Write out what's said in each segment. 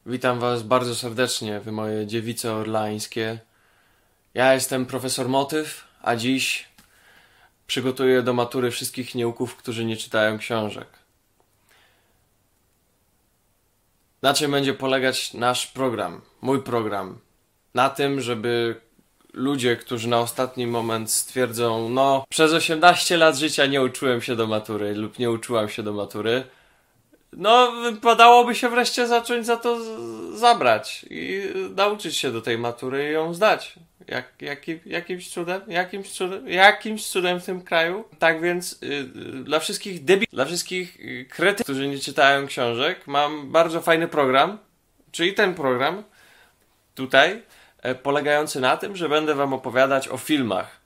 Witam was bardzo serdecznie, wy moje dziewice orlańskie. Ja jestem profesor Motyw, a dziś przygotuję do matury wszystkich nieuków, którzy nie czytają książek. Na czym będzie polegać nasz program, mój program? Na tym, żeby ludzie, którzy na ostatni moment stwierdzą, przez 18 lat życia nie uczyłem się do matury lub nie uczyłam się do matury, wypadałoby się wreszcie zacząć za to zabrać i nauczyć się do tej matury i ją zdać. Jakimś cudem w tym kraju. Tak więc dla wszystkich kretów, którzy nie czytają książek, mam bardzo fajny program, czyli ten program tutaj, polegający na tym, że będę wam opowiadać o filmach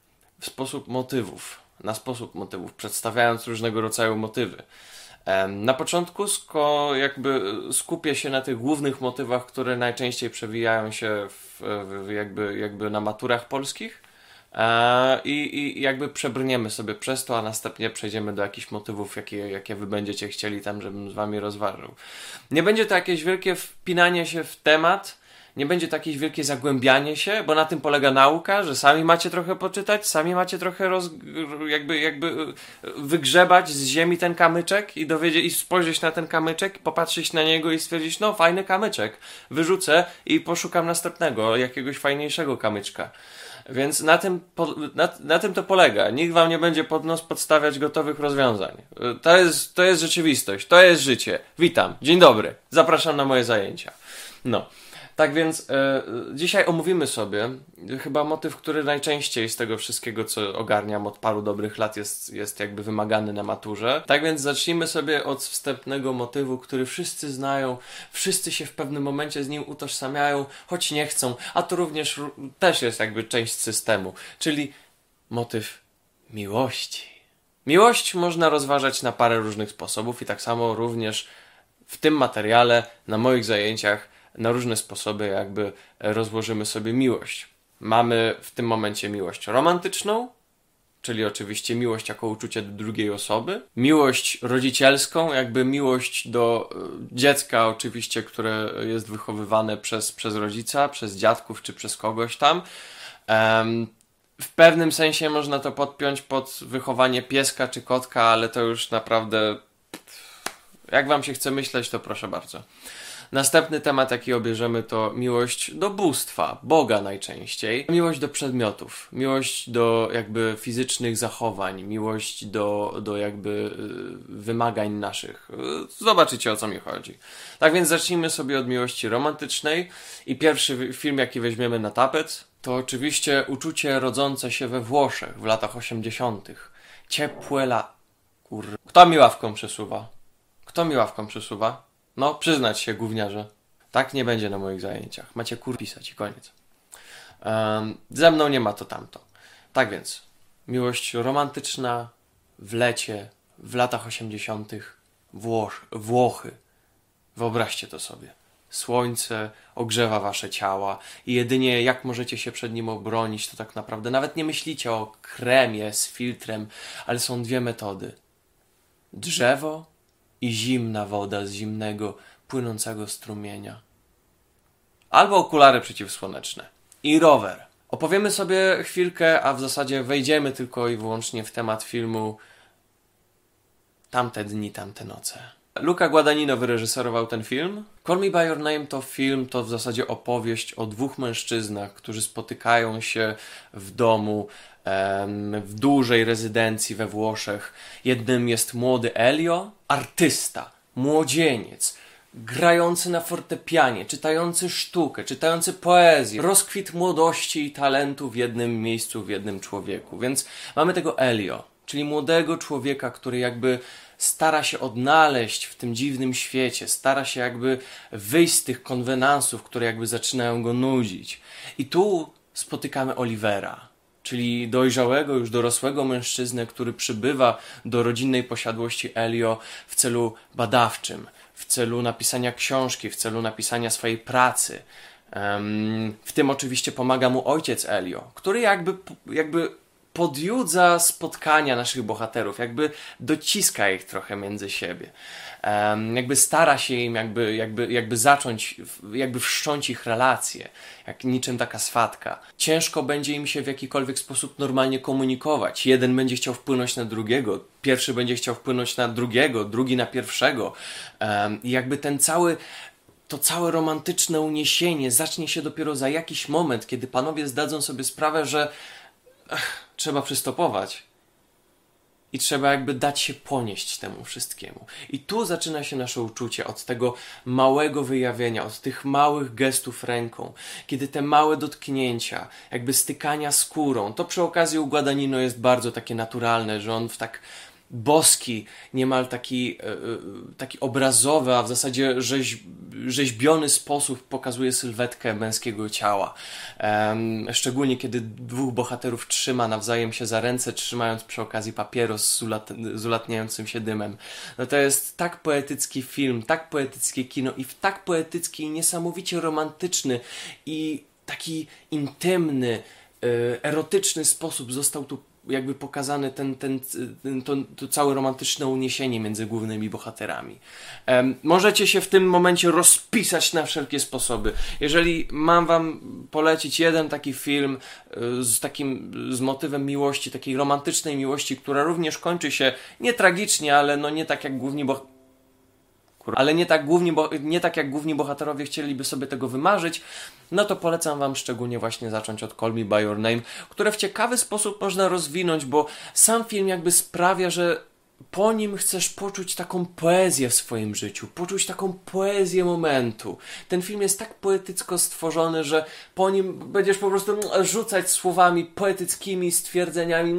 na sposób motywów, przedstawiając różnego rodzaju motywy. Na początku skupię się na tych głównych motywach, które najczęściej przewijają się jakby na maturach polskich i jakby przebrniemy sobie przez to, a następnie przejdziemy do jakichś motywów, jakie wy będziecie chcieli tam, żebym z wami rozważył. Nie będzie to jakieś wielkie wpinanie się w temat, nie będzie to jakieś wielkie zagłębianie się, bo na tym polega nauka, że sami macie trochę poczytać, sami macie trochę wygrzebać z ziemi ten kamyczek i spojrzeć na ten kamyczek, popatrzeć na niego i stwierdzić, fajny kamyczek, wyrzucę i poszukam następnego, jakiegoś fajniejszego kamyczka. Więc na tym to polega. Nikt wam nie będzie pod nos podstawiać gotowych rozwiązań. To jest rzeczywistość, to jest życie. Witam, dzień dobry, zapraszam na moje zajęcia. Tak więc dzisiaj omówimy sobie chyba motyw, który najczęściej z tego wszystkiego, co ogarniam od paru dobrych lat, jest jakby wymagany na maturze. Tak więc zacznijmy sobie od wstępnego motywu, który wszyscy znają, wszyscy się w pewnym momencie z nim utożsamiają, choć nie chcą, a to również też jest jakby część systemu, czyli motyw miłości. Miłość można rozważać na parę różnych sposobów i tak samo również w tym materiale, na moich zajęciach, na różne sposoby jakby rozłożymy sobie miłość. Mamy w tym momencie miłość romantyczną, czyli oczywiście miłość jako uczucie do drugiej osoby. Miłość rodzicielską, jakby miłość do dziecka oczywiście, które jest wychowywane przez rodzica, przez dziadków czy przez kogoś tam. W pewnym sensie można to podpiąć pod wychowanie pieska czy kotka, ale to już naprawdę jak wam się chce myśleć, to proszę bardzo. Następny temat, jaki obierzemy, to miłość do bóstwa, Boga najczęściej. Miłość do przedmiotów, miłość do jakby fizycznych zachowań, miłość do jakby wymagań naszych. Zobaczycie, o co mi chodzi. Tak więc zacznijmy sobie od miłości romantycznej i pierwszy film, jaki weźmiemy na tapet, to oczywiście uczucie rodzące się we Włoszech w latach 80. Ciepłe Kto mi ławką przesuwa? Przyznać się, gówniarze. Tak nie będzie na moich zajęciach. Macie pisać i koniec. Ze mną nie ma to tamto. Tak więc, miłość romantyczna w lecie, w latach 80. Włochy. Wyobraźcie to sobie. Słońce ogrzewa wasze ciała i jedynie jak możecie się przed nim obronić, to tak naprawdę nawet nie myślicie o kremie z filtrem, ale są dwie metody. Drzewo i zimna woda z zimnego, płynącego strumienia. Albo okulary przeciwsłoneczne. I rower. Opowiemy sobie chwilkę, a w zasadzie wejdziemy tylko i wyłącznie w temat filmu Tamte dni, tamte noce. Luca Guadagnino wyreżyserował ten film. Call Me By Your Name to w zasadzie opowieść o dwóch mężczyznach, którzy spotykają się w domu w dużej rezydencji we Włoszech. Jednym jest młody Elio, artysta, młodzieniec, grający na fortepianie, czytający sztukę, czytający poezję. Rozkwit młodości i talentu w jednym miejscu, w jednym człowieku. Więc mamy tego Elio, czyli młodego człowieka, który jakby stara się odnaleźć w tym dziwnym świecie, stara się jakby wyjść z tych konwenansów, które jakby zaczynają go nudzić. I tu spotykamy Olivera, czyli dojrzałego, już dorosłego mężczyznę, który przybywa do rodzinnej posiadłości Elio w celu badawczym, w celu napisania książki, w celu napisania swojej pracy. W tym oczywiście pomaga mu ojciec Elio, który jakby podjudza spotkania naszych bohaterów, jakby dociska ich trochę między siebie. Jakby stara się im jakby zacząć, jakby wszcząć ich relacje, jak niczym taka swatka. Ciężko będzie im się w jakikolwiek sposób normalnie komunikować. Jeden będzie chciał wpłynąć na drugiego, pierwszy będzie chciał wpłynąć na drugiego, drugi na pierwszego. I jakby to całe romantyczne uniesienie zacznie się dopiero za jakiś moment, kiedy panowie zdadzą sobie sprawę, że trzeba przystopować. I trzeba jakby dać się ponieść temu wszystkiemu. I tu zaczyna się nasze uczucie od tego małego wyjawienia, od tych małych gestów ręką, kiedy te małe dotknięcia, jakby stykania skórą, to przy okazji u Guadagnino jest bardzo takie naturalne, że on w tak boski, niemal taki obrazowy, a w zasadzie rzeźbiony sposób pokazuje sylwetkę męskiego ciała. Szczególnie kiedy dwóch bohaterów trzyma nawzajem się za ręce, trzymając przy okazji papieros z ulatniającym się dymem. No to jest tak poetycki film, tak poetyckie kino i w tak poetycki i niesamowicie romantyczny i taki intymny, erotyczny sposób został tu jakby pokazane to całe romantyczne uniesienie między głównymi bohaterami. Możecie się w tym momencie rozpisać na wszelkie sposoby. Jeżeli mam wam polecić jeden taki film z motywem miłości, takiej romantycznej miłości, która również kończy się nie tragicznie, ale no nie tak jak nie tak jak główni bohaterowie chcieliby sobie tego wymarzyć, no to polecam wam szczególnie właśnie zacząć od Call Me By Your Name, które w ciekawy sposób można rozwinąć, bo sam film jakby sprawia, że po nim chcesz poczuć taką poezję w swoim życiu, poczuć taką poezję momentu. Ten film jest tak poetycko stworzony, że po nim będziesz po prostu rzucać słowami poetyckimi, stwierdzeniami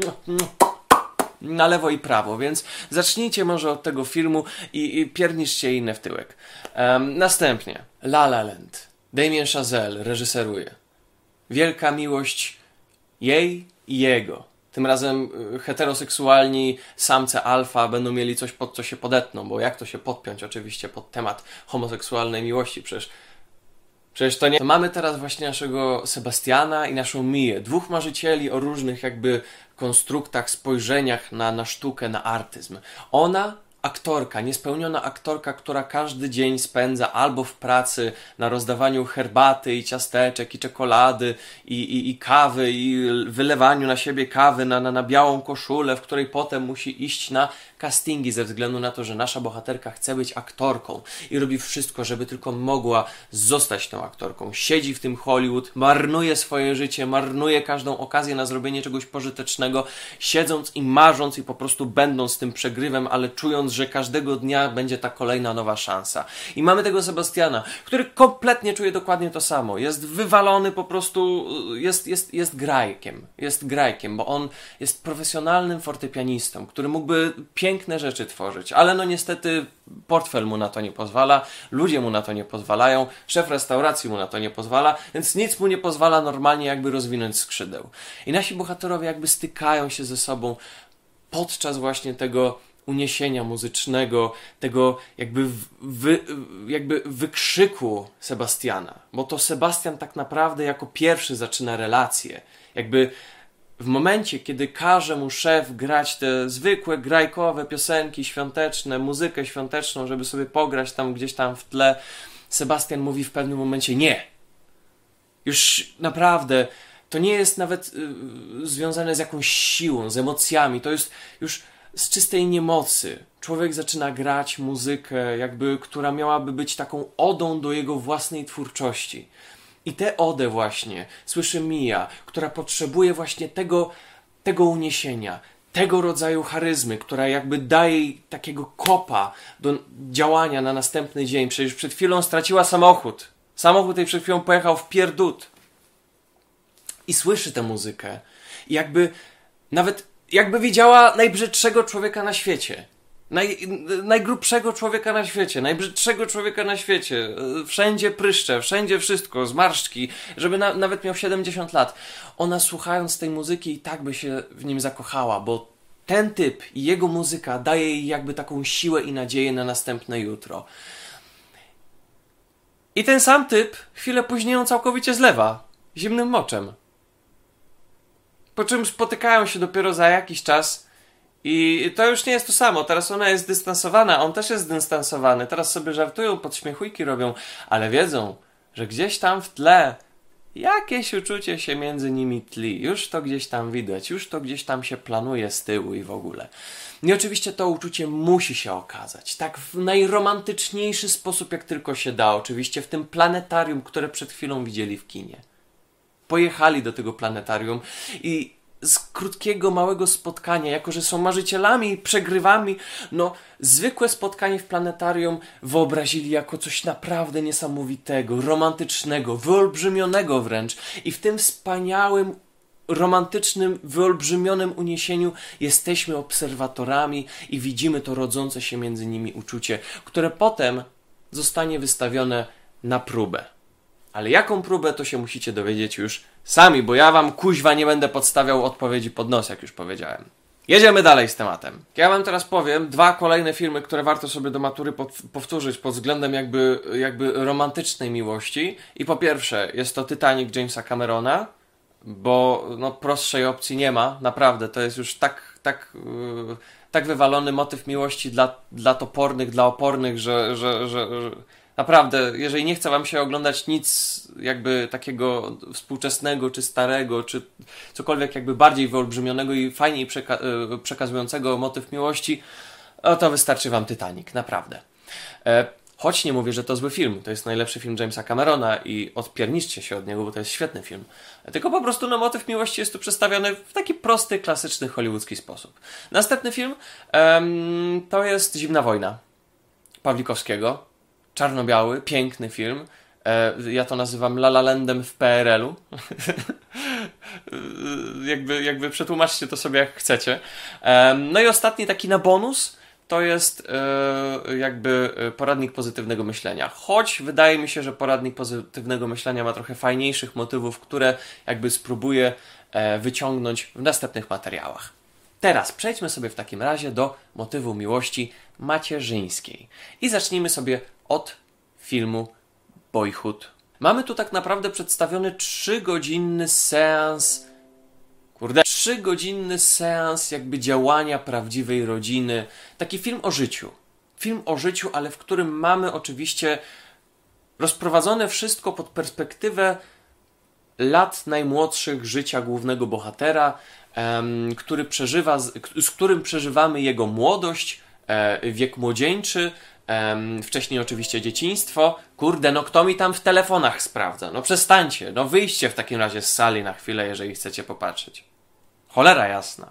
na lewo i prawo, więc zacznijcie może od tego filmu i pierniczcie inne w tyłek. Następnie La La Land. Damien Chazelle reżyseruje. Wielka miłość jej i jego. Tym razem heteroseksualni samce alfa będą mieli coś, pod co się podetną, bo jak to się podpiąć oczywiście pod temat homoseksualnej miłości? Przecież to nie... To mamy teraz właśnie naszego Sebastiana i naszą Mię. Dwóch marzycieli o różnych jakby konstruktach, spojrzeniach na sztukę, na artyzm. Ona, aktorka, niespełniona aktorka, która każdy dzień spędza albo w pracy na rozdawaniu herbaty i ciasteczek i czekolady i kawy i wylewaniu na siebie kawy na białą koszulę, w której potem musi iść na castingi ze względu na to, że nasza bohaterka chce być aktorką i robi wszystko, żeby tylko mogła zostać tą aktorką. Siedzi w tym Hollywood, marnuje swoje życie, marnuje każdą okazję na zrobienie czegoś pożytecznego, siedząc i marząc i po prostu będąc tym przegrywem, ale czując, że każdego dnia będzie ta kolejna nowa szansa. I mamy tego Sebastiana, który kompletnie czuje dokładnie to samo. Jest wywalony po prostu, jest grajkiem. Jest grajkiem, bo on jest profesjonalnym fortepianistą, który mógłby piękne rzeczy tworzyć, ale no niestety portfel mu na to nie pozwala, ludzie mu na to nie pozwalają, szef restauracji mu na to nie pozwala, więc nic mu nie pozwala normalnie jakby rozwinąć skrzydeł. I nasi bohaterowie jakby stykają się ze sobą podczas właśnie tego uniesienia muzycznego, tego jakby wykrzyku Sebastiana, bo to Sebastian tak naprawdę jako pierwszy zaczyna relację, jakby w momencie, kiedy każe mu szef grać te zwykłe grajkowe piosenki świąteczne, muzykę świąteczną, żeby sobie pograć tam gdzieś tam w tle, Sebastian mówi w pewnym momencie nie. Już naprawdę to nie jest nawet związane z jakąś siłą, z emocjami, to jest już z czystej niemocy. Człowiek zaczyna grać muzykę, jakby, która miałaby być taką odą do jego własnej twórczości. I tę odę właśnie słyszy Mia, która potrzebuje właśnie tego uniesienia, tego rodzaju charyzmy, która jakby daje jej takiego kopa do działania na następny dzień. Przecież przed chwilą straciła samochód. Samochód jej przed chwilą pojechał w pierdut. I słyszy tę muzykę. I jakby widziała najbrzydszego człowieka na świecie. Najgrubszego człowieka na świecie, najbrzydszego człowieka na świecie, wszędzie pryszcze, wszędzie wszystko, zmarszczki, żeby nawet miał 70 lat. Ona słuchając tej muzyki i tak by się w nim zakochała, bo ten typ i jego muzyka daje jej jakby taką siłę i nadzieję na następne jutro. I ten sam typ chwilę później ją całkowicie zlewa, zimnym moczem. Po czym spotykają się dopiero za jakiś czas i to już nie jest to samo. Teraz ona jest dystansowana, on też jest dystansowany. Teraz sobie żartują, podśmiechujki robią, ale wiedzą, że gdzieś tam w tle jakieś uczucie się między nimi tli. Już to gdzieś tam widać, już to gdzieś tam się planuje z tyłu i w ogóle. I oczywiście to uczucie musi się okazać. Tak w najromantyczniejszy sposób, jak tylko się da. Oczywiście w tym planetarium, które przed chwilą widzieli w kinie. Pojechali do tego planetarium i z krótkiego, małego spotkania, jako że są marzycielami i przegrywami, no zwykłe spotkanie w planetarium wyobrazili jako coś naprawdę niesamowitego, romantycznego, wyolbrzymionego wręcz. I w tym wspaniałym, romantycznym, wyolbrzymionym uniesieniu jesteśmy obserwatorami i widzimy to rodzące się między nimi uczucie, które potem zostanie wystawione na próbę. Ale jaką próbę, to się musicie dowiedzieć już sami, bo ja wam kuźwa nie będę podstawiał odpowiedzi pod nos, jak już powiedziałem. Jedziemy dalej z tematem. Ja wam teraz powiem 2 kolejne filmy, które warto sobie do matury powtórzyć pod względem jakby romantycznej miłości. I po pierwsze, jest to Titanic Jamesa Camerona, bo no prostszej opcji nie ma, naprawdę, to jest już tak wywalony motyw miłości dla topornych, dla opornych, że naprawdę, jeżeli nie chce wam się oglądać nic jakby takiego współczesnego, czy starego, czy cokolwiek jakby bardziej wyolbrzymionego i fajniej przekazującego motyw miłości, to wystarczy wam Titanic, naprawdę. Choć nie mówię, że to zły film, to jest najlepszy film Jamesa Camerona i odpierniczcie się od niego, bo to jest świetny film. Tylko po prostu motyw miłości jest tu przedstawiony w taki prosty, klasyczny, hollywoodzki sposób. Następny film to jest Zimna wojna Pawlikowskiego. Czarno-biały, piękny film. Ja to nazywam La La Landem w PRL-u. jakby przetłumaczcie to sobie jak chcecie. No i ostatni taki na bonus to jest jakby poradnik pozytywnego myślenia. Choć wydaje mi się, że poradnik pozytywnego myślenia ma trochę fajniejszych motywów, które jakby spróbuję wyciągnąć w następnych materiałach. Teraz przejdźmy sobie w takim razie do motywu miłości macierzyńskiej. I zacznijmy sobie od filmu Boyhood. Mamy tu tak naprawdę przedstawiony 3-godzinny seans 3-godzinny seans jakby działania prawdziwej rodziny. Taki film o życiu. Film o życiu, ale w którym mamy oczywiście rozprowadzone wszystko pod perspektywę lat najmłodszych życia głównego bohatera, z którym przeżywamy jego młodość, wiek młodzieńczy, wcześniej oczywiście dzieciństwo. Kurde, no kto mi tam w telefonach sprawdza? No przestańcie, no wyjście w takim razie z sali na chwilę, jeżeli chcecie popatrzeć. Cholera jasna.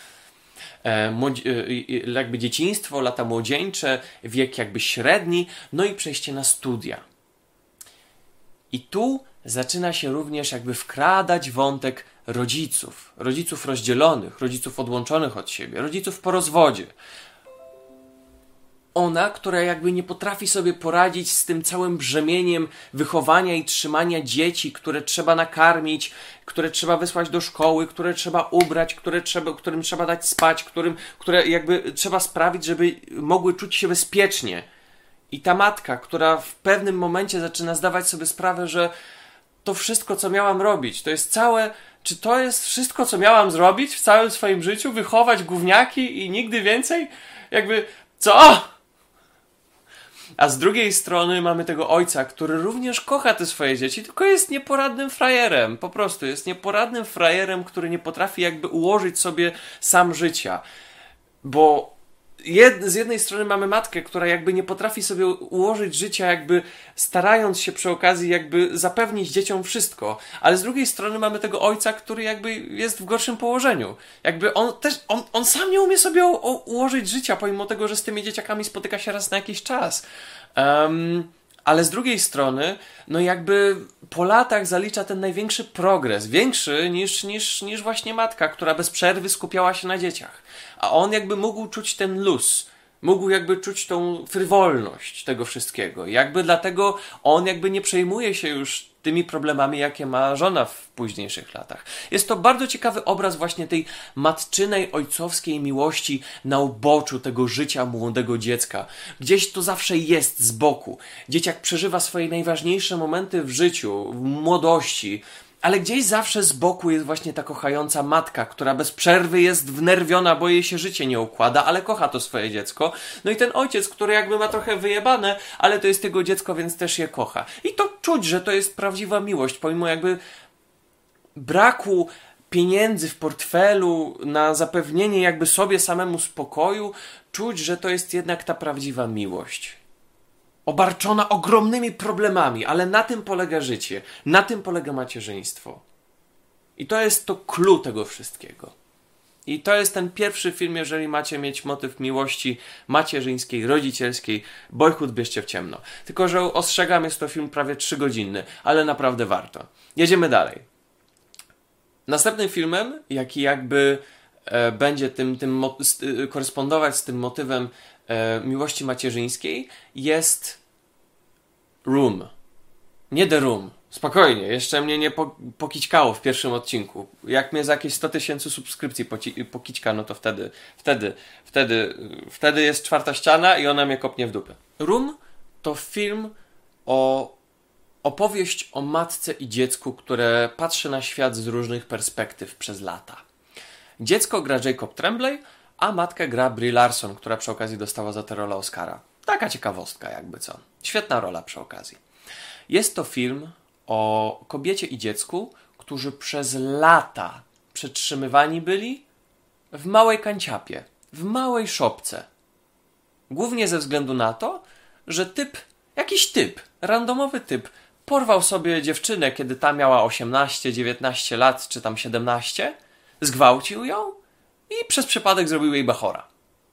Jakby dzieciństwo, lata młodzieńcze, wiek jakby średni, no i przejście na studia. I tu zaczyna się również jakby wkradać wątek rodziców. Rodziców rozdzielonych, rodziców odłączonych od siebie, rodziców po rozwodzie. Ona, która jakby nie potrafi sobie poradzić z tym całym brzemieniem wychowania i trzymania dzieci, które trzeba nakarmić, które trzeba wysłać do szkoły, które trzeba ubrać, którym trzeba dać spać, które jakby trzeba sprawić, żeby mogły czuć się bezpiecznie. I ta matka, która w pewnym momencie zaczyna zdawać sobie sprawę, że to wszystko, co miałam robić, to jest całe... Czy to jest wszystko, co miałam zrobić w całym swoim życiu? Wychować gówniaki i nigdy więcej? Jakby... Co? A z drugiej strony mamy tego ojca, który również kocha te swoje dzieci, tylko jest nieporadnym frajerem. Po prostu jest nieporadnym frajerem, który nie potrafi jakby ułożyć sobie sam życia. Bo z jednej strony mamy matkę, która jakby nie potrafi sobie ułożyć życia, jakby starając się przy okazji jakby zapewnić dzieciom wszystko, ale z drugiej strony mamy tego ojca, który jakby jest w gorszym położeniu. Jakby on sam nie umie sobie ułożyć życia, pomimo tego, że z tymi dzieciakami spotyka się raz na jakiś czas. Ale z drugiej strony, no jakby po latach zalicza ten największy progres, większy niż właśnie matka, która bez przerwy skupiała się na dzieciach. A on jakby mógł czuć ten luz, mógł jakby czuć tą frywolność tego wszystkiego. I jakby dlatego on jakby nie przejmuje się już tymi problemami, jakie ma żona w późniejszych latach. Jest to bardzo ciekawy obraz właśnie tej matczynej, ojcowskiej miłości na uboczu tego życia młodego dziecka. Gdzieś to zawsze jest z boku. Dzieciak przeżywa swoje najważniejsze momenty w życiu, w młodości, Ale gdzieś zawsze z boku jest właśnie ta kochająca matka, która bez przerwy jest wnerwiona, bo jej się życie nie układa, ale kocha to swoje dziecko. No i ten ojciec, który jakby ma trochę wyjebane, ale to jest jego dziecko, więc też je kocha. I to czuć, że to jest prawdziwa miłość, pomimo jakby braku pieniędzy w portfelu na zapewnienie jakby sobie samemu spokoju, czuć, że to jest jednak ta prawdziwa miłość. Obarczona ogromnymi problemami, ale na tym polega życie, na tym polega macierzyństwo. I to jest to clue tego wszystkiego. I to jest ten pierwszy film, jeżeli macie mieć motyw miłości macierzyńskiej, rodzicielskiej, Boyhood bierzcie w ciemno. Tylko, że ostrzegam, jest to film prawie 3-godzinny, ale naprawdę warto. Jedziemy dalej. Następnym filmem, jaki jakby będzie korespondować z tym motywem miłości macierzyńskiej, jest Room. Nie The Room. Spokojnie, jeszcze mnie nie pokićkało w pierwszym odcinku. Jak mnie za jakieś 100 000 subskrypcji pokićka, no to wtedy jest czwarta ściana i ona mnie kopnie w dupę. Room to film opowieść o matce i dziecku, które patrzy na świat z różnych perspektyw przez lata. Dziecko gra Jacob Tremblay, a matkę gra Brie Larson, która przy okazji dostała za tę rolę Oscara. Taka ciekawostka jakby co. Świetna rola przy okazji. Jest to film o kobiecie i dziecku, którzy przez lata przetrzymywani byli w małej kanciapie, w małej szopce. Głównie ze względu na to, że jakiś typ, randomowy typ, porwał sobie dziewczynę, kiedy ta miała 18, 19 lat, czy tam 17, zgwałcił ją i przez przypadek zrobił jej bachora.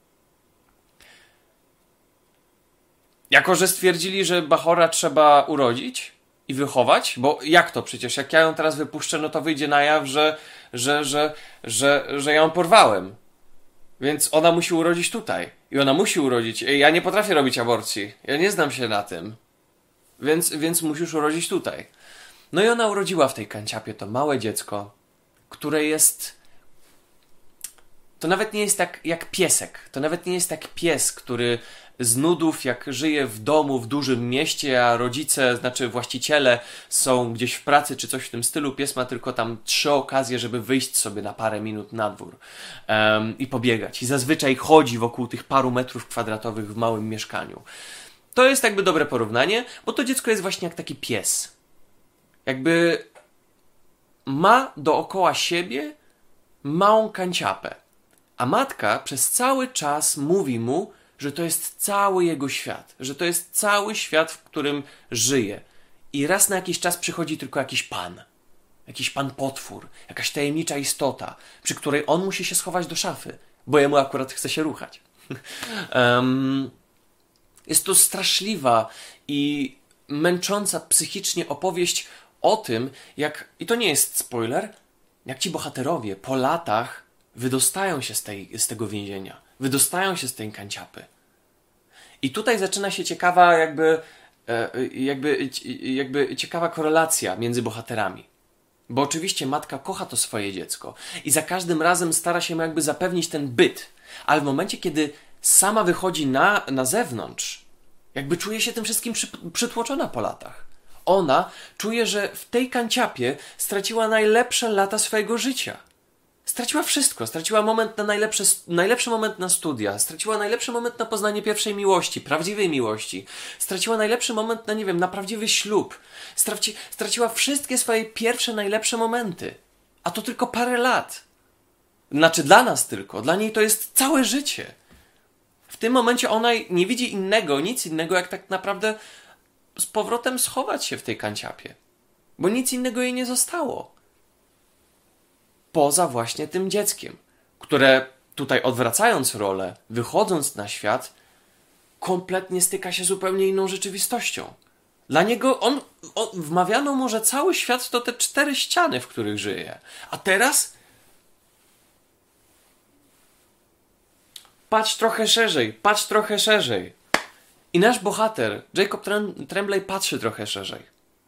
Jako że stwierdzili, że bachora trzeba urodzić i wychować, bo jak to przecież, jak ja ją teraz wypuszczę, no to wyjdzie na jaw, że ja ją porwałem. Więc ona musi urodzić tutaj. I ona musi urodzić. Ja nie potrafię robić aborcji. Ja nie znam się na tym. Więc musisz urodzić tutaj. No i ona urodziła w tej kanciapie to małe dziecko, które jest... To nawet nie jest tak jak piesek. To nawet nie jest jak pies, który z nudów, jak żyje w domu w dużym mieście, a rodzice, znaczy właściciele są gdzieś w pracy czy coś w tym stylu. Pies ma tylko tam 3 okazje, żeby wyjść sobie na parę minut na dwór i pobiegać. I zazwyczaj chodzi wokół tych paru metrów kwadratowych w małym mieszkaniu. To jest jakby dobre porównanie, bo to dziecko jest właśnie jak taki pies. Jakby ma dookoła siebie małą kanciapę. A matka przez cały czas mówi mu, że to jest cały jego świat. Że to jest cały świat, w którym żyje. I raz na jakiś czas przychodzi tylko jakiś pan. Jakiś pan potwór. Jakaś tajemnicza istota, przy której on musi się schować do szafy, bo jemu akurat chce się ruchać. Jest to straszliwa i męcząca psychicznie opowieść o tym, jak, i to nie jest spoiler, jak ci bohaterowie po latach wydostają się z tego więzienia. Wydostają się z tej kanciapy. I tutaj zaczyna się ciekawa jakby ciekawa korelacja między bohaterami. Bo oczywiście matka kocha to swoje dziecko i za każdym razem stara się mu jakby zapewnić ten byt. Ale w momencie, kiedy sama wychodzi na zewnątrz, jakby czuje się tym wszystkim przytłoczona po latach. Ona czuje, że w tej kanciapie straciła najlepsze lata swojego życia. Straciła wszystko. Straciła moment na najlepszy moment na studia. Straciła najlepszy moment na poznanie pierwszej miłości, prawdziwej miłości. Straciła najlepszy moment na, nie wiem, na prawdziwy ślub. Straciła wszystkie swoje pierwsze najlepsze momenty. A to tylko parę lat. Znaczy dla nas tylko. Dla niej to jest całe życie. W tym momencie ona nie widzi nic innego, jak tak naprawdę z powrotem schować się w tej kanciapie. Bo nic innego jej nie zostało. Poza właśnie tym dzieckiem, które tutaj odwracając rolę, wychodząc na świat, kompletnie styka się zupełnie inną rzeczywistością. Dla niego wmawiano mu, że cały świat to te 4 ściany, w których żyje. A teraz patrz trochę szerzej. I nasz bohater, Jacob Tremblay, patrzy trochę szerzej.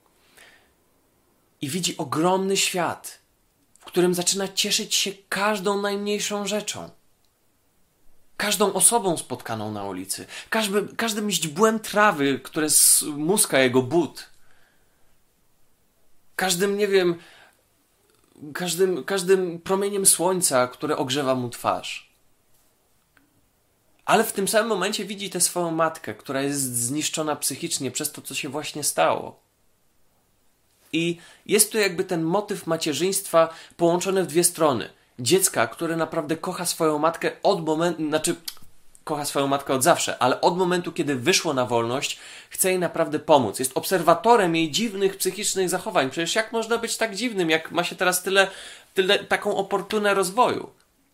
I widzi ogromny świat, w którym zaczyna cieszyć się każdą najmniejszą rzeczą. Każdą osobą spotkaną na ulicy. Każdym źdźbłem trawy, które muska jego but. Każdym, nie wiem, każdym promieniem słońca, które ogrzewa mu twarz. Ale w tym samym momencie widzi tę swoją matkę, która jest zniszczona psychicznie przez to, co się właśnie stało. I jest tu jakby ten motyw macierzyństwa połączony w dwie strony. Dziecka, które naprawdę kocha swoją matkę od momentu, kocha swoją matkę od zawsze, ale od momentu, kiedy wyszło na wolność, chce jej naprawdę pomóc. Jest obserwatorem jej dziwnych psychicznych zachowań. Przecież jak można być tak dziwnym, jak ma się teraz tyle taką oportunę rozwoju?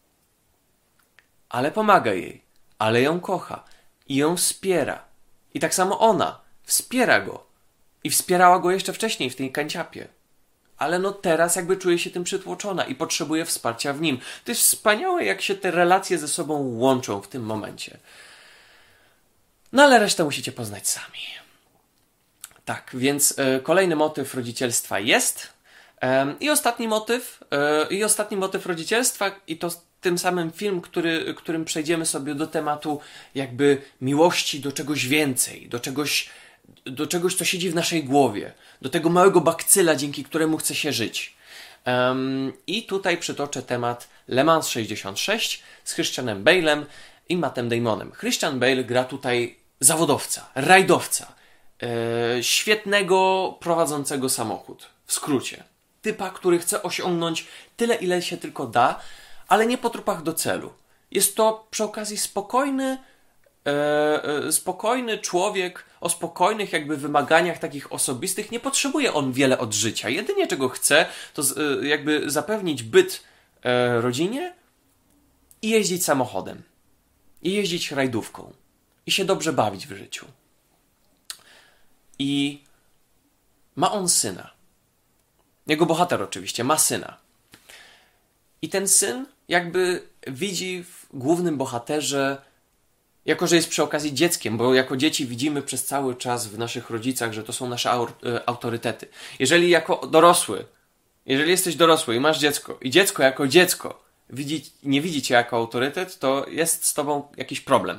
Ale pomaga jej, ale ją kocha i ją wspiera. I tak samo ona wspiera go. I wspierała go jeszcze wcześniej w tej kanciapie. Ale no teraz jakby czuje się tym przytłoczona i potrzebuje wsparcia w nim. To jest wspaniałe, jak się te relacje ze sobą łączą w tym momencie. No ale resztę musicie poznać sami. Tak, więc kolejny motyw rodzicielstwa jest. I ostatni motyw rodzicielstwa, i to tym samym film, którym przejdziemy sobie do tematu jakby miłości do czegoś więcej, do czegoś, co siedzi w naszej głowie, do tego małego bakcyla, dzięki któremu chce się żyć. I tutaj przytoczę temat Le Mans 66 z Christianem Bale'em i Mattem Damonem. Christian Bale gra tutaj zawodowca, rajdowca, świetnego prowadzącego samochód, w skrócie. Typa, który chce osiągnąć tyle, ile się tylko da, ale nie po trupach do celu. Jest to przy okazji spokojny człowiek o spokojnych jakby wymaganiach takich osobistych. Nie potrzebuje on wiele od życia. Jedynie czego chce, to jakby zapewnić byt rodzinie i jeździć samochodem. I jeździć rajdówką. I się dobrze bawić w życiu. I ma on syna. Jego bohater oczywiście ma syna. I ten syn jakby widzi w głównym bohaterze, jako że jest przy okazji dzieckiem, bo jako dzieci widzimy przez cały czas w naszych rodzicach, że to są nasze autorytety. Jeżeli jesteś dorosły i masz dziecko, i dziecko jako dziecko nie widzi cię jako autorytet, to jest z tobą jakiś problem.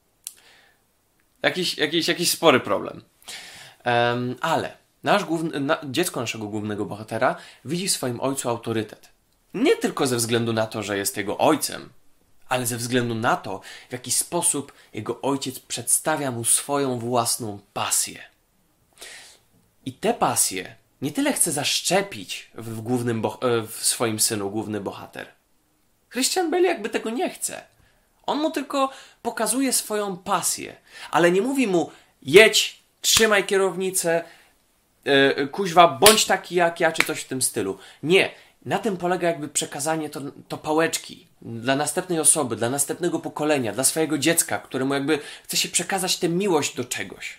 Jakiś spory problem. Ale dziecko naszego głównego bohatera widzi w swoim ojcu autorytet. Nie tylko ze względu na to, że jest jego ojcem, ale ze względu na to, w jaki sposób jego ojciec przedstawia mu swoją własną pasję. I tę pasję nie tyle chce zaszczepić w swoim synu główny bohater. Christian Bale jakby tego nie chce. On mu tylko pokazuje swoją pasję, ale nie mówi mu: jedź, trzymaj kierownicę, kuźwa, bądź taki jak ja, czy coś w tym stylu. Nie. Na tym polega jakby przekazanie to pałeczki dla następnej osoby, dla następnego pokolenia, dla swojego dziecka, któremu jakby chce się przekazać tę miłość do czegoś.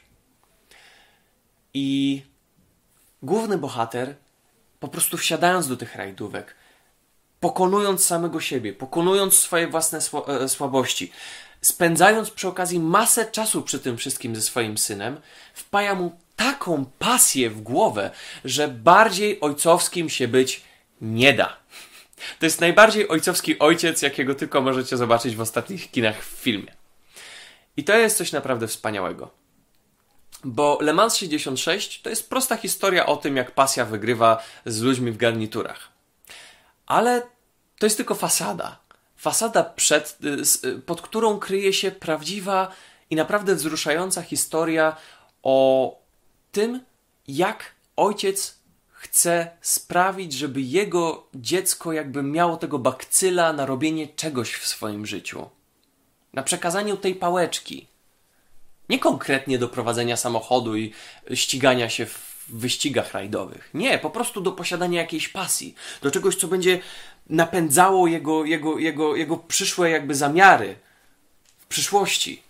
I główny bohater, po prostu wsiadając do tych rajdówek, pokonując samego siebie, pokonując swoje własne słabości, spędzając przy okazji masę czasu przy tym wszystkim ze swoim synem, wpaja mu taką pasję w głowę, że bardziej ojcowskim się być nie da. To jest najbardziej ojcowski ojciec, jakiego tylko możecie zobaczyć w ostatnich kinach w filmie. I to jest coś naprawdę wspaniałego. Bo Le Mans 66 to jest prosta historia o tym, jak pasja wygrywa z ludźmi w garniturach. Ale to jest tylko fasada. Fasada, pod którą kryje się prawdziwa i naprawdę wzruszająca historia o tym, jak ojciec chce sprawić, żeby jego dziecko jakby miało tego bakcyla na robienie czegoś w swoim życiu. Na przekazaniu tej pałeczki. Nie konkretnie do prowadzenia samochodu i ścigania się w wyścigach rajdowych. Nie, po prostu do posiadania jakiejś pasji. Do czegoś, co będzie napędzało jego przyszłe jakby zamiary w przyszłości.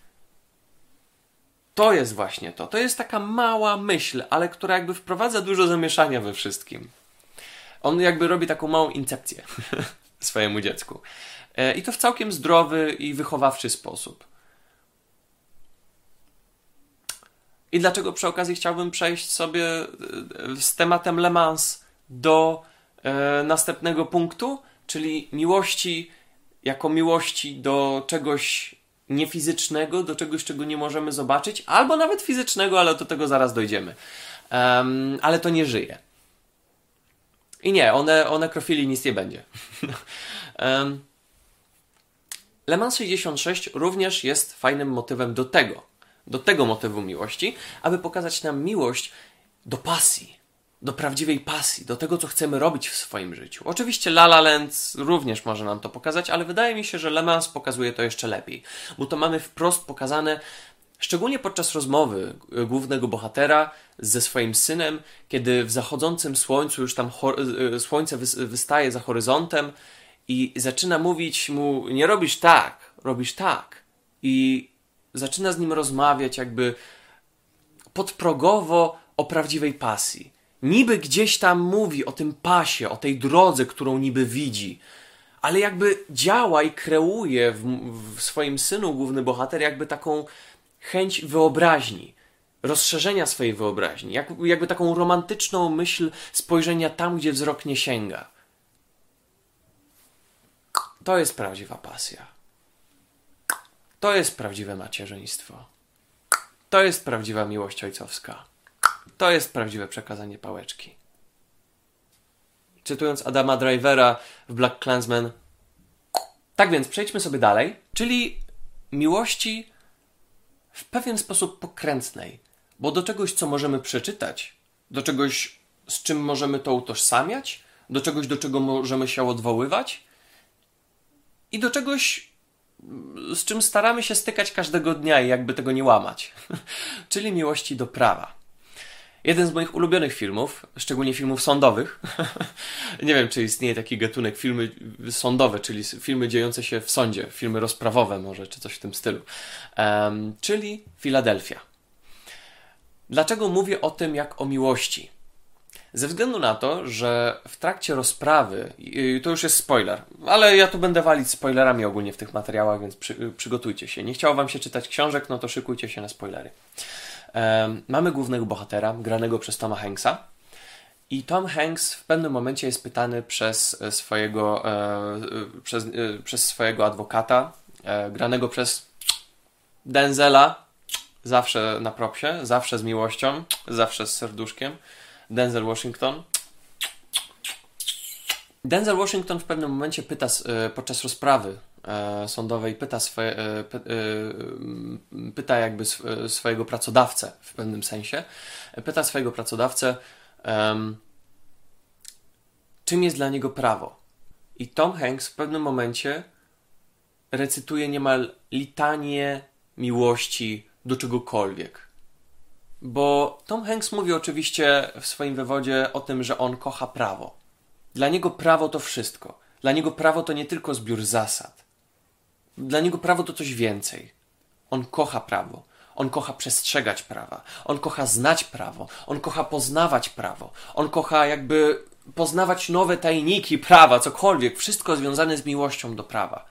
To jest właśnie to. To jest taka mała myśl, ale która jakby wprowadza dużo zamieszania we wszystkim. On jakby robi taką małą incepcję swojemu dziecku. I to w całkiem zdrowy i wychowawczy sposób. I dlaczego przy okazji chciałbym przejść sobie z tematem Le Mans do następnego punktu, czyli miłości jako miłości do czegoś niefizycznego, do czegoś, czego nie możemy zobaczyć, albo nawet fizycznego, ale do tego zaraz dojdziemy. Ale to nie żyje. I nie, o nekrofilii nic nie będzie. Le Mans 66 również jest fajnym motywem do tego motywu miłości, aby pokazać nam miłość do pasji, do prawdziwej pasji, do tego, co chcemy robić w swoim życiu. Oczywiście La La Land również może nam to pokazać, ale wydaje mi się, że Le Mans pokazuje to jeszcze lepiej, bo to mamy wprost pokazane, szczególnie podczas rozmowy głównego bohatera ze swoim synem, kiedy w zachodzącym słońcu już tam słońce wystaje za horyzontem i zaczyna mówić mu, nie robisz tak, robisz tak. I zaczyna z nim rozmawiać jakby podprogowo o prawdziwej pasji. Niby gdzieś tam mówi o tym pasie, o tej drodze, którą niby widzi, ale jakby działa i kreuje w swoim synu główny bohater jakby taką chęć wyobraźni, rozszerzenia swojej wyobraźni, jakby taką romantyczną myśl spojrzenia tam, gdzie wzrok nie sięga. To jest prawdziwa pasja. To jest prawdziwe macierzyństwo. To jest prawdziwa miłość ojcowska. To jest prawdziwe przekazanie pałeczki. Cytując Adama Drivera w BlacKkKlansman. Tak więc przejdźmy sobie dalej, czyli miłości w pewien sposób pokrętnej, bo do czegoś, co możemy przeczytać, do czegoś, z czym możemy to utożsamiać, do czegoś, do czego możemy się odwoływać i do czegoś, z czym staramy się stykać każdego dnia i jakby tego nie łamać. Czyli miłości do prawa. Jeden z moich ulubionych filmów, szczególnie filmów sądowych, nie wiem, czy istnieje taki gatunek, filmy sądowe, czyli filmy dziejące się w sądzie, filmy rozprawowe może, czy coś w tym stylu, czyli Filadelfia. Dlaczego mówię o tym jak o miłości? Ze względu na to, że w trakcie rozprawy, to już jest spoiler, ale ja tu będę walić spoilerami ogólnie w tych materiałach, więc przygotujcie się. Nie chciało wam się czytać książek, no to szykujcie się na spoilery. Mamy głównego bohatera, granego przez Toma Hanksa, i Tom Hanks w pewnym momencie jest pytany przez swojego adwokata, granego przez Denzela, zawsze na propsie, zawsze z miłością, zawsze z serduszkiem, Denzel Washington. Denzel Washington w pewnym momencie pyta podczas rozprawy sądowej, pyta jakby swojego pracodawcę w pewnym sensie. Pyta swojego pracodawcę, czym jest dla niego prawo. I Tom Hanks w pewnym momencie recytuje niemal litanię miłości do czegokolwiek. Bo Tom Hanks mówi oczywiście w swoim wywodzie o tym, że on kocha prawo. Dla niego prawo to wszystko. Dla niego prawo to nie tylko zbiór zasad. Dla niego prawo to coś więcej. On kocha prawo. On kocha przestrzegać prawa. On kocha znać prawo. On kocha poznawać prawo. On kocha jakby poznawać nowe tajniki prawa, cokolwiek. Wszystko związane z miłością do prawa.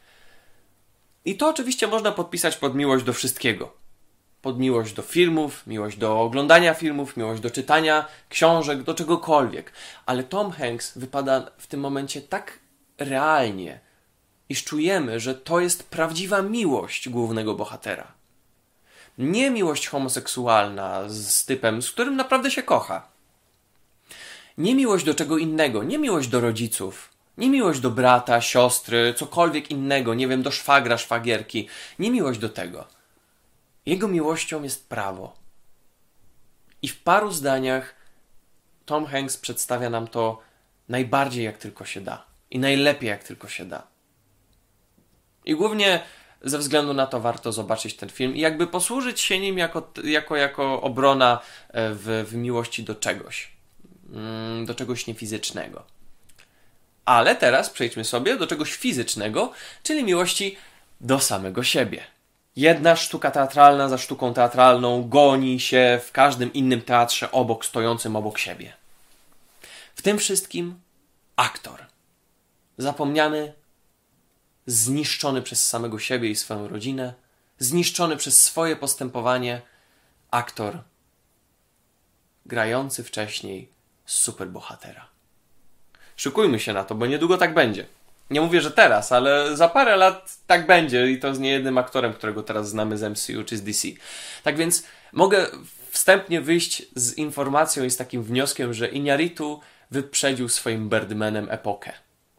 I to oczywiście można podpisać pod miłość do wszystkiego. Pod miłość do filmów, miłość do oglądania filmów, miłość do czytania książek, do czegokolwiek. Ale Tom Hanks wypada w tym momencie tak realnie, iż czujemy, że to jest prawdziwa miłość głównego bohatera. Nie miłość homoseksualna z typem, z którym naprawdę się kocha. Nie miłość do czego innego, nie miłość do rodziców, nie miłość do brata, siostry, cokolwiek innego, nie wiem, do szwagra, szwagierki. Nie miłość do tego. Jego miłością jest prawo. I w paru zdaniach Tom Hanks przedstawia nam to najbardziej jak tylko się da. I najlepiej jak tylko się da. I głównie ze względu na to warto zobaczyć ten film i jakby posłużyć się nim jako obrona w miłości do czegoś. Do czegoś niefizycznego. Ale teraz przejdźmy sobie do czegoś fizycznego, czyli miłości do samego siebie. Jedna sztuka teatralna za sztuką teatralną goni się w każdym innym teatrze stojącym obok siebie. W tym wszystkim aktor. Zapomniany, zniszczony przez samego siebie i swoją rodzinę, zniszczony przez swoje postępowanie, aktor grający wcześniej superbohatera. Szykujmy się na to, bo niedługo tak będzie. Nie mówię, że teraz, ale za parę lat tak będzie i to z niejednym aktorem, którego teraz znamy z MCU czy z DC. Tak więc mogę wstępnie wyjść z informacją i z takim wnioskiem, że Iñárritu wyprzedził swoim Birdmanem epokę.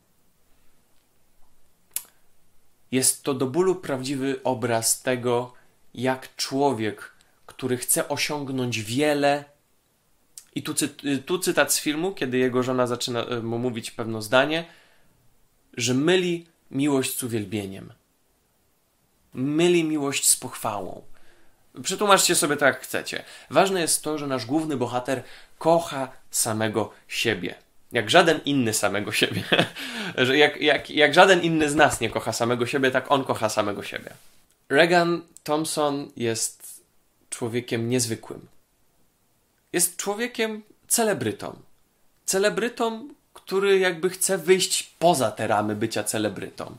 Jest to do bólu prawdziwy obraz tego, jak człowiek, który chce osiągnąć wiele, i tu cytat z filmu, kiedy jego żona zaczyna mu mówić pewne zdanie, że myli miłość z uwielbieniem. Myli miłość z pochwałą. Przetłumaczcie sobie to jak chcecie. Ważne jest to, że nasz główny bohater kocha samego siebie. Jak żaden inny samego siebie. Że jak żaden inny z nas nie kocha samego siebie, tak on kocha samego siebie. Regan Thompson jest człowiekiem niezwykłym. Jest człowiekiem celebrytą. Celebrytą, który jakby chce wyjść poza te ramy bycia celebrytą.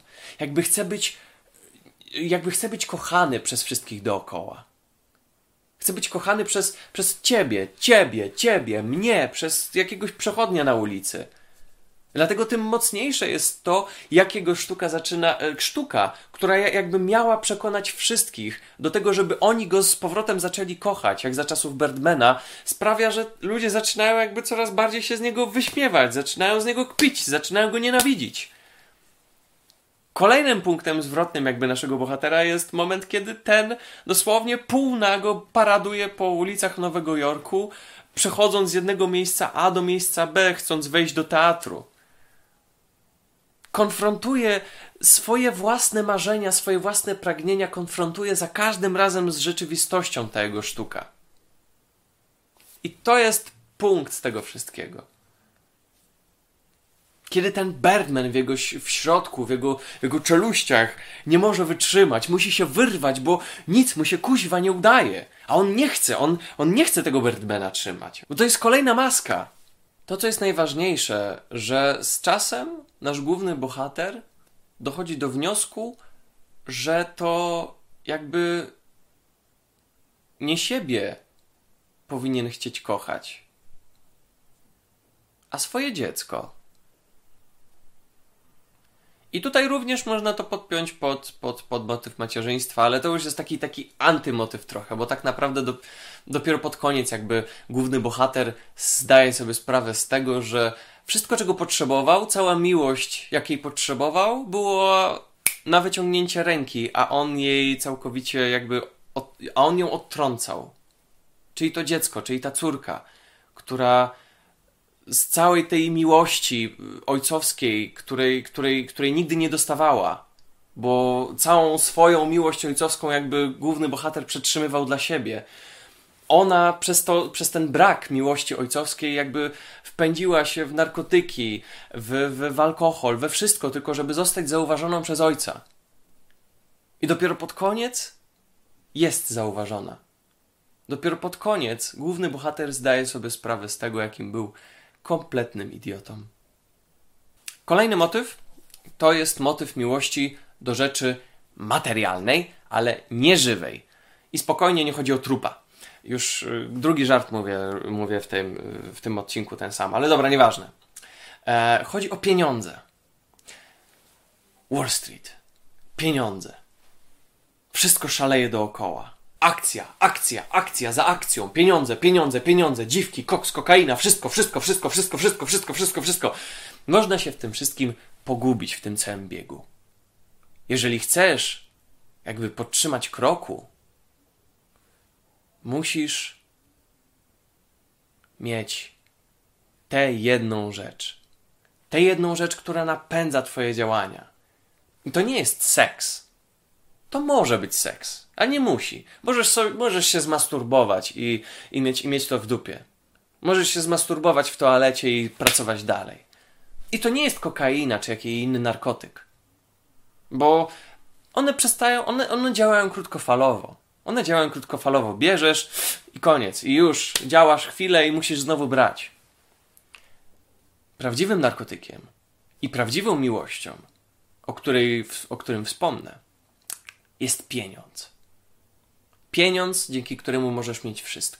Jakby chce być kochany przez wszystkich dookoła. Chce być kochany przez ciebie, mnie, przez jakiegoś przechodnia na ulicy. Dlatego tym mocniejsze jest to, jak jego sztuka, która jakby miała przekonać wszystkich do tego, żeby oni go z powrotem zaczęli kochać, jak za czasów Birdmana, sprawia, że ludzie zaczynają jakby coraz bardziej się z niego wyśmiewać, zaczynają z niego kpić, zaczynają go nienawidzić. Kolejnym punktem zwrotnym jakby naszego bohatera jest moment, kiedy ten dosłownie półnago paraduje po ulicach Nowego Jorku, przechodząc z jednego miejsca A do miejsca B, chcąc wejść do teatru. Konfrontuje swoje własne marzenia, swoje własne pragnienia, konfrontuje za każdym razem z rzeczywistością ta jego sztuka. I to jest punkt z tego wszystkiego. Kiedy ten Birdman w środku, w jego czeluściach nie może wytrzymać, musi się wyrwać, bo nic mu się kuźwa nie udaje. A on nie chce, on nie chce tego Birdmana trzymać. Bo to jest kolejna maska. To, co jest najważniejsze, że z czasem nasz główny bohater dochodzi do wniosku, że to jakby nie siebie powinien chcieć kochać, a swoje dziecko. I tutaj również można to podpiąć pod motyw macierzyństwa, ale to już jest taki antymotyw trochę, bo tak naprawdę dopiero pod koniec jakby główny bohater zdaje sobie sprawę z tego, że wszystko, czego potrzebował, cała miłość, jakiej potrzebował, było na wyciągnięcie ręki, a on jej całkowicie a on ją odtrącał. Czyli to dziecko, czyli ta córka, która z całej tej miłości ojcowskiej, której nigdy nie dostawała, bo całą swoją miłość ojcowską jakby główny bohater przetrzymywał dla siebie. Ona przez ten brak miłości ojcowskiej jakby wpędziła się w narkotyki, w alkohol, we wszystko, tylko żeby zostać zauważoną przez ojca. I dopiero pod koniec jest zauważona. Dopiero pod koniec główny bohater zdaje sobie sprawę z tego, jakim był kompletnym idiotą. Kolejny motyw to jest motyw miłości do rzeczy materialnej, ale nieżywej. I spokojnie, nie chodzi o trupa. Już drugi żart mówię w tym odcinku ten sam, ale dobra, nieważne. Chodzi o pieniądze. Wall Street. Pieniądze. Wszystko szaleje dookoła. Akcja za akcją. Pieniądze, dziwki, koks, kokaina, wszystko. Można się w tym wszystkim pogubić w tym całym biegu. Jeżeli chcesz jakby podtrzymać kroku, musisz mieć tę jedną rzecz. Tę jedną rzecz, która napędza twoje działania. I to nie jest seks. To może być seks, a nie musi. Możesz się zmasturbować i mieć to w dupie. Możesz się zmasturbować w toalecie i pracować dalej. I to nie jest kokaina czy jakiś inny narkotyk. Bo one działają krótkofalowo. Bierzesz i koniec. I już działasz chwilę i musisz znowu brać. Prawdziwym narkotykiem i prawdziwą miłością, o którym wspomnę, jest pieniądz. Pieniądz, dzięki któremu możesz mieć wszystko.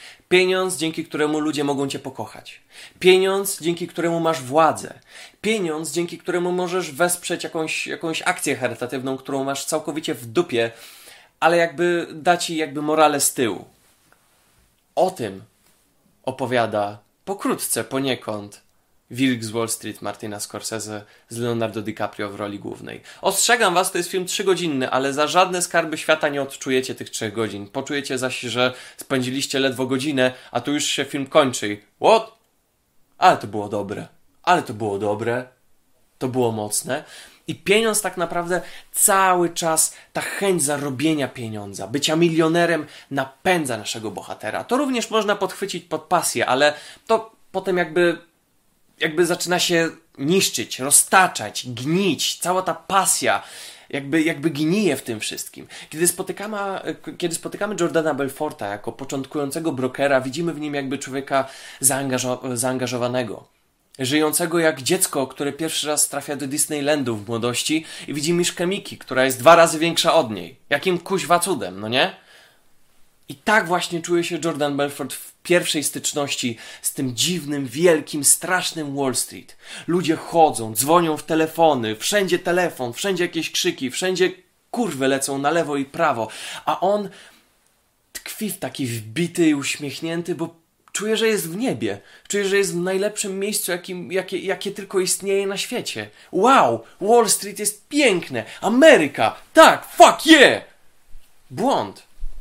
Pieniądz, dzięki któremu ludzie mogą cię pokochać. Pieniądz, dzięki któremu masz władzę. Pieniądz, dzięki któremu możesz wesprzeć jakąś akcję charytatywną, którą masz całkowicie w dupie, ale jakby da ci jakby morale z tyłu. O tym opowiada pokrótce poniekąd Wilk z Wall Street Martina Scorsese z Leonardo DiCaprio w roli głównej. Ostrzegam was, to jest film 3-godzinny, ale za żadne skarby świata nie odczujecie tych 3 godzin. Poczujecie zaś, że spędziliście ledwo godzinę, a tu już się film kończy. What? Ale to było dobre. Ale to było dobre. To było mocne. I pieniądz tak naprawdę cały czas, ta chęć zarobienia pieniądza, bycia milionerem napędza naszego bohatera. To również można podchwycić pod pasję, ale to potem jakby zaczyna się niszczyć, roztaczać, gnić. Cała ta pasja jakby gnije w tym wszystkim. Kiedy spotykamy Jordana Belforta jako początkującego brokera, widzimy w nim jakby człowieka zaangażowanego. Żyjącego jak dziecko, które pierwszy raz trafia do Disneylandu w młodości i widzi Miszkę Miki, która jest 2 razy większa od niej. Jakim kuźwa cudem, no nie? I tak właśnie czuje się Jordan Belfort w pierwszej styczności z tym dziwnym, wielkim, strasznym Wall Street. Ludzie chodzą, dzwonią w telefony, wszędzie telefon, wszędzie jakieś krzyki, wszędzie kurwy lecą na lewo i prawo, a on tkwi taki wbity i uśmiechnięty, bo czuje, że jest w niebie. Czuje, że jest w najlepszym miejscu, jakie tylko istnieje na świecie. Wow! Wall Street jest piękne! Ameryka! Tak! Fuck yeah! Błąd.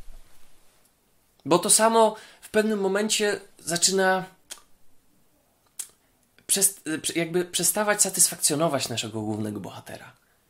Bo to samo w pewnym momencie zaczyna jakby przestawać satysfakcjonować naszego głównego bohatera.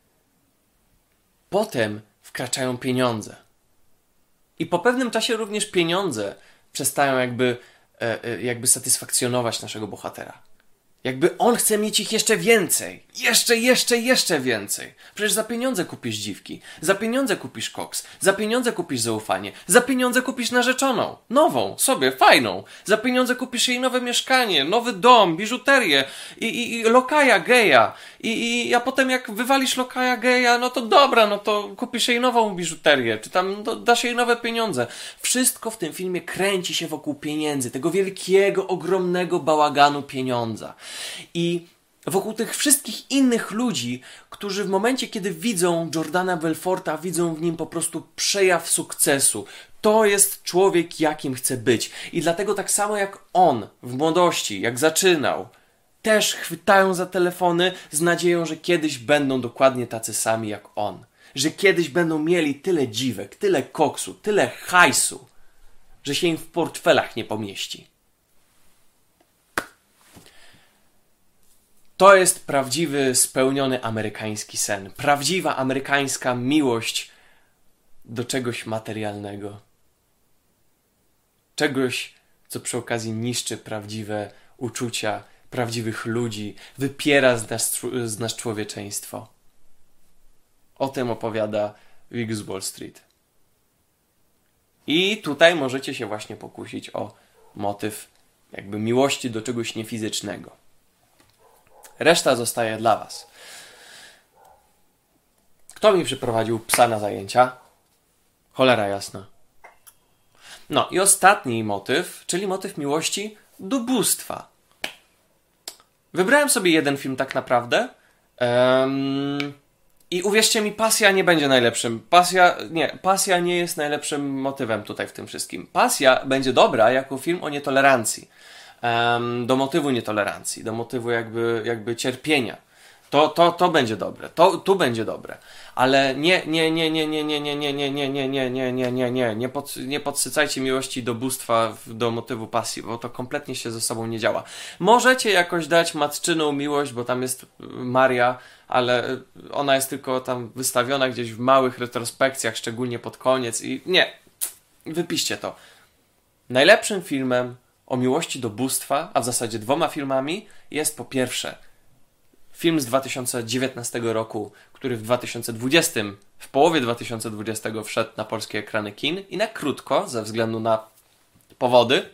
Potem wkraczają pieniądze. I po pewnym czasie również pieniądze przestają jakby satysfakcjonować naszego bohatera. Jakby on chce mieć ich jeszcze więcej. Jeszcze więcej. Przecież za pieniądze kupisz dziwki. Za pieniądze kupisz koks. Za pieniądze kupisz zaufanie. Za pieniądze kupisz narzeczoną. Nową, sobie, fajną. Za pieniądze kupisz jej nowe mieszkanie, nowy dom, biżuterię i lokaja geja. A potem jak wywalisz lokaja geja, no to dobra, no to kupisz jej nową biżuterię. Czy tam dasz jej nowe pieniądze. Wszystko w tym filmie kręci się wokół pieniędzy. Tego wielkiego, ogromnego bałaganu pieniądza. I wokół tych wszystkich innych ludzi, którzy w momencie, kiedy widzą Jordana Belforta, widzą w nim po prostu przejaw sukcesu. To jest człowiek, jakim chce być. I dlatego tak samo jak on w młodości, jak zaczynał, też chwytają za telefony z nadzieją, że kiedyś będą dokładnie tacy sami jak on. Że kiedyś będą mieli tyle dziwek, tyle koksu, tyle hajsu, że się im w portfelach nie pomieści. To jest prawdziwy, spełniony amerykański sen. Prawdziwa amerykańska miłość do czegoś materialnego. Czegoś, co przy okazji niszczy prawdziwe uczucia, prawdziwych ludzi, wypiera z nas człowieczeństwo. O tym opowiada Wilk z Wall Street. I tutaj możecie się właśnie pokusić o motyw jakby miłości do czegoś niefizycznego. Reszta zostaje dla was. Kto mi przyprowadził psa na zajęcia? Cholera jasna. No i ostatni motyw, czyli motyw miłości do bóstwa. Wybrałem sobie jeden film tak naprawdę. I uwierzcie mi, pasja nie będzie najlepszym. Pasja nie jest najlepszym motywem tutaj w tym wszystkim. Pasja będzie dobra jako film o nietolerancji. Do motywu nietolerancji, do motywu jakby cierpienia. To będzie dobre. Tu będzie dobre. Ale nie podsycajcie miłości do bóstwa do motywu pasji, bo to kompletnie się ze sobą nie działa. Możecie jakoś dać matczyną miłość, bo tam jest Maria, ale ona jest tylko tam wystawiona gdzieś w małych retrospekcjach, szczególnie pod koniec i nie. Wypiszcie to. Najlepszym filmem o miłości do bóstwa, a w zasadzie 2 filmami, jest po pierwsze film z 2019 roku, który w 2020, w połowie 2020 wszedł na polskie ekrany kin i na krótko, ze względu na powody.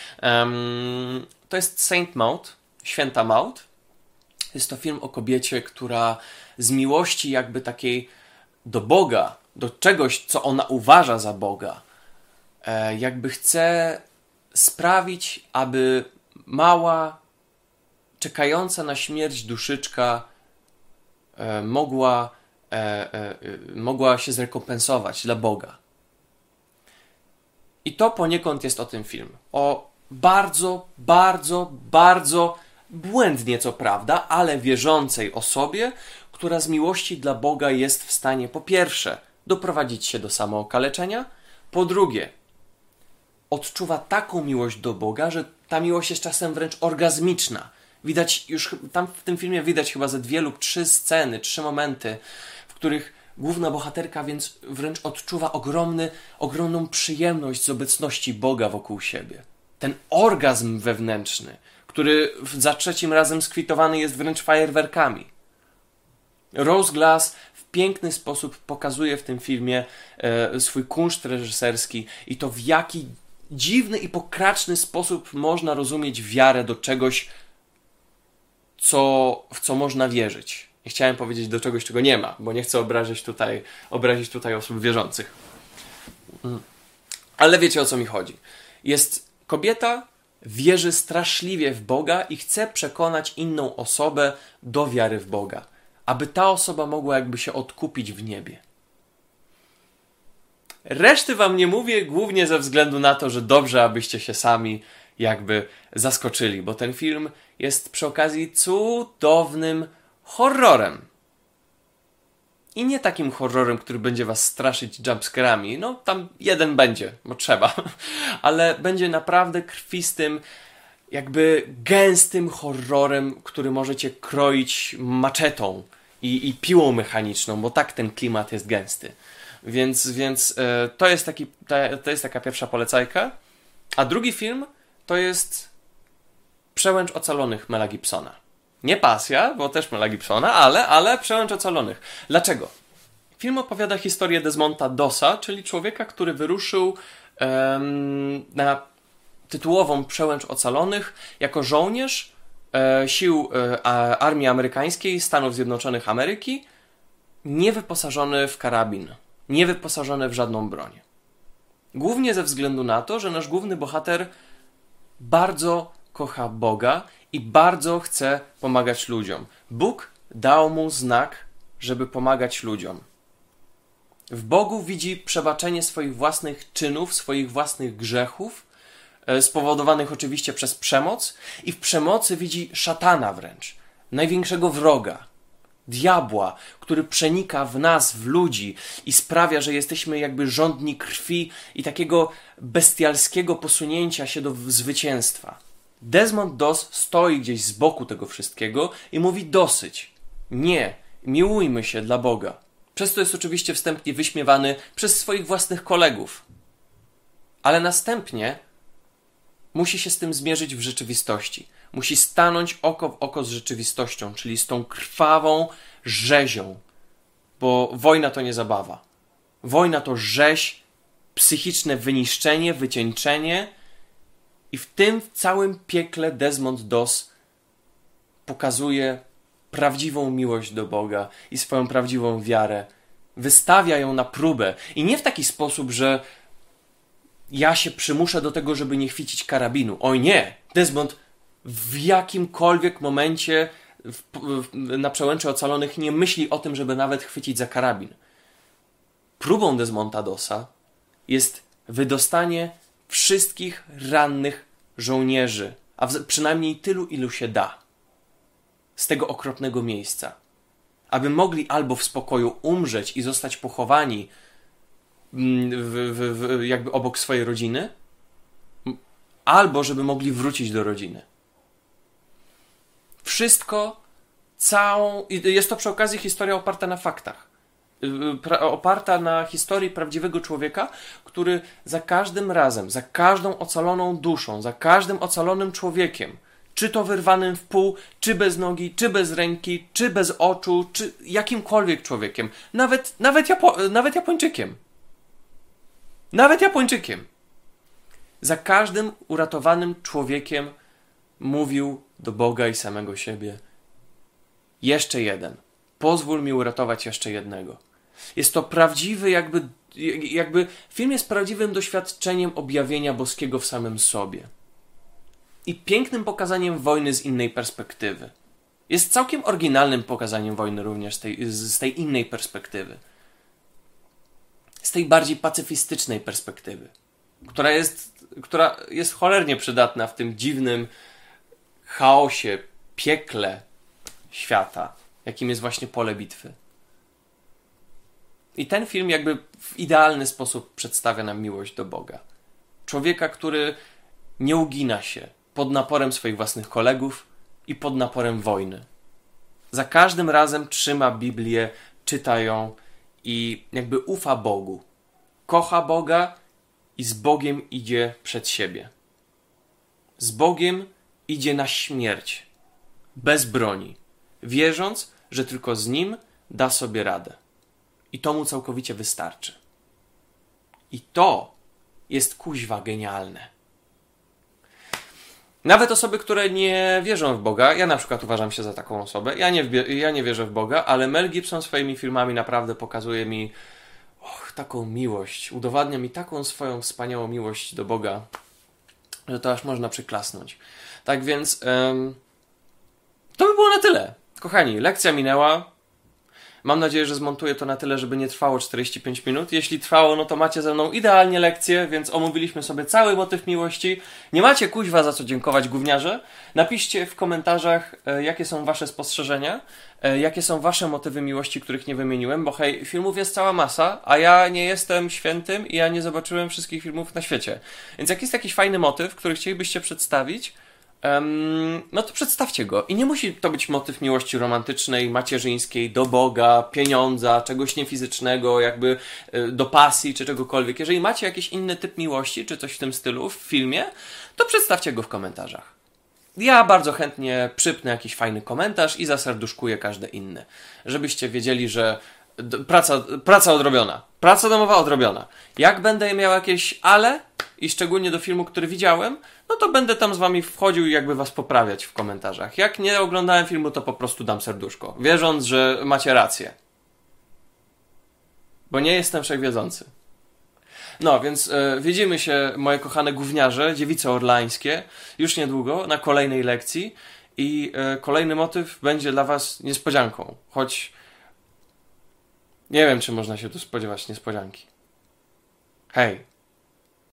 To jest Saint Maud, Święta Maud. Jest to film o kobiecie, która z miłości jakby takiej do Boga, do czegoś, co ona uważa za Boga, jakby chce sprawić, aby mała, czekająca na śmierć duszyczka mogła się zrekompensować dla Boga. I to poniekąd jest o tym film. O bardzo, bardzo, bardzo błędnie co prawda, ale wierzącej osobie, która z miłości dla Boga jest w stanie po pierwsze doprowadzić się do samookaleczenia, po drugie odczuwa taką miłość do Boga, że ta miłość jest czasem wręcz orgazmiczna. Widać już, tam w tym filmie widać chyba ze 2 lub 3 sceny, 3 momenty, w których główna bohaterka więc wręcz odczuwa ogromną przyjemność z obecności Boga wokół siebie. Ten orgazm wewnętrzny, który za 3 razem skwitowany jest wręcz fajerwerkami. Rose Glass w piękny sposób pokazuje w tym filmie swój kunszt reżyserski i to, w jaki dziwny i pokraczny sposób można rozumieć wiarę do czegoś, w co można wierzyć. Nie chciałem powiedzieć do czegoś, czego nie ma, bo nie chcę obrazić tutaj osób wierzących. Ale wiecie, o co mi chodzi. Kobieta wierzy straszliwie w Boga i chce przekonać inną osobę do wiary w Boga, aby ta osoba mogła jakby się odkupić w niebie. Reszty wam nie mówię, głównie ze względu na to, że dobrze, abyście się sami jakby zaskoczyli, bo ten film jest przy okazji cudownym horrorem. I nie takim horrorem, który będzie was straszyć jumpscarami. No, tam jeden będzie, bo trzeba. Ale będzie naprawdę krwistym, jakby gęstym horrorem, który możecie kroić maczetą i piłą mechaniczną, bo tak ten klimat jest gęsty. Więc to jest taka pierwsza polecajka. A drugi film to jest Przełęcz Ocalonych Mela Gibsona. Nie Pasja, bo też Mela Gibsona, ale Przełęcz Ocalonych. Dlaczego? Film opowiada historię Desmonda Dossa, czyli człowieka, który wyruszył na tytułową Przełęcz Ocalonych jako żołnierz sił armii amerykańskiej Stanów Zjednoczonych Ameryki, niewyposażony w karabin, niewyposażony w żadną broń. Głównie ze względu na to, że nasz główny bohater bardzo kocha Boga i bardzo chce pomagać ludziom. Bóg dał mu znak, żeby pomagać ludziom. W Bogu widzi przebaczenie swoich własnych czynów, swoich własnych grzechów, spowodowanych oczywiście przez przemoc, i w przemocy widzi szatana wręcz, największego wroga, diabła, który przenika w nas, w ludzi i sprawia, że jesteśmy jakby żądni krwi i takiego bestialskiego posunięcia się do zwycięstwa. Desmond Doss stoi gdzieś z boku tego wszystkiego i mówi: dosyć, nie, miłujmy się dla Boga. Przez to jest oczywiście wstępnie wyśmiewany przez swoich własnych kolegów. Ale następnie musi się z tym zmierzyć w rzeczywistości. Musi stanąć oko w oko z rzeczywistością, czyli z tą krwawą rzezią. Bo wojna to nie zabawa. Wojna to rzeź, psychiczne wyniszczenie, wycieńczenie. I w tym całym piekle Desmond Doss pokazuje prawdziwą miłość do Boga i swoją prawdziwą wiarę. Wystawia ją na próbę. I nie w taki sposób, że ja się przymuszę do tego, żeby nie chwycić karabinu. Oj nie! Desmond w jakimkolwiek momencie na Przełęczy Ocalonych nie myśli o tym, żeby nawet chwycić za karabin. Próbą Desmonda Dossa jest wydostanie wszystkich rannych żołnierzy, a przynajmniej tylu, ilu się da, z tego okropnego miejsca, aby mogli albo w spokoju umrzeć i zostać pochowani jakby obok swojej rodziny, albo żeby mogli wrócić do rodziny. Wszystko, jest to przy okazji historia oparta na faktach. Oparta na historii prawdziwego człowieka, który za każdym razem, za każdą ocaloną duszą, za każdym ocalonym człowiekiem, czy to wyrwanym w pół, czy bez nogi, czy bez ręki, czy bez oczu, czy jakimkolwiek człowiekiem, nawet Japończykiem. Nawet Japończykiem. Za każdym uratowanym człowiekiem mówił do Boga i samego siebie: jeszcze jeden. Pozwól mi uratować jeszcze jednego. Jest to prawdziwy jakby jakby film jest prawdziwym doświadczeniem objawienia boskiego w samym sobie. I pięknym pokazaniem wojny z innej perspektywy. Jest całkiem oryginalnym pokazaniem wojny również z tej innej perspektywy. Z tej bardziej pacyfistycznej perspektywy. Która jest cholernie przydatna w tym dziwnym chaosie, piekle świata, jakim jest właśnie pole bitwy. I ten film jakby w idealny sposób przedstawia nam miłość do Boga. Człowieka, który nie ugina się pod naporem swoich własnych kolegów i pod naporem wojny. Za każdym razem trzyma Biblię, czyta ją i jakby ufa Bogu. Kocha Boga i z Bogiem idzie przed siebie. Z Bogiem idzie na śmierć. Bez broni. Wierząc, że tylko z Nim da sobie radę. I to mu całkowicie wystarczy. I to jest kuźwa genialne. Nawet osoby, które nie wierzą w Boga, ja na przykład uważam się za taką osobę, ja nie wierzę w Boga, ale Mel Gibson swoimi filmami naprawdę pokazuje mi taką miłość, udowadnia mi taką swoją wspaniałą miłość do Boga, że to aż można przyklasnąć. Tak więc to by było na tyle. Kochani, lekcja minęła. Mam nadzieję, że zmontuję to na tyle, żeby nie trwało 45 minut. Jeśli trwało, no to macie ze mną idealnie lekcję, więc omówiliśmy sobie cały motyw miłości. Nie macie kuźwa za co dziękować, gówniarze. Napiszcie w komentarzach, jakie są wasze spostrzeżenia, jakie są wasze motywy miłości, których nie wymieniłem, bo hej, filmów jest cała masa, a ja nie jestem świętym i ja nie zobaczyłem wszystkich filmów na świecie. Więc jak jest jakiś fajny motyw, który chcielibyście przedstawić, no to przedstawcie go. I nie musi to być motyw miłości romantycznej, macierzyńskiej, do Boga, pieniądza, czegoś niefizycznego, jakby do pasji, czy czegokolwiek. Jeżeli macie jakiś inny typ miłości, czy coś w tym stylu w filmie, to przedstawcie go w komentarzach. Ja bardzo chętnie przypnę jakiś fajny komentarz i zaserduszkuję każde inne. Żebyście wiedzieli, że praca odrobiona. Praca domowa odrobiona. Jak będę miał jakieś ale, i szczególnie do filmu, który widziałem, no to będę tam z wami wchodził i jakby was poprawiać w komentarzach. Jak nie oglądałem filmu, to po prostu dam serduszko, wierząc, że macie rację. Bo nie jestem wszechwiedzący. No, więc widzimy się, moje kochane gówniarze, dziewice orlańskie, już niedługo na kolejnej lekcji i kolejny motyw będzie dla was niespodzianką, choć nie wiem, czy można się tu spodziewać niespodzianki. Hej!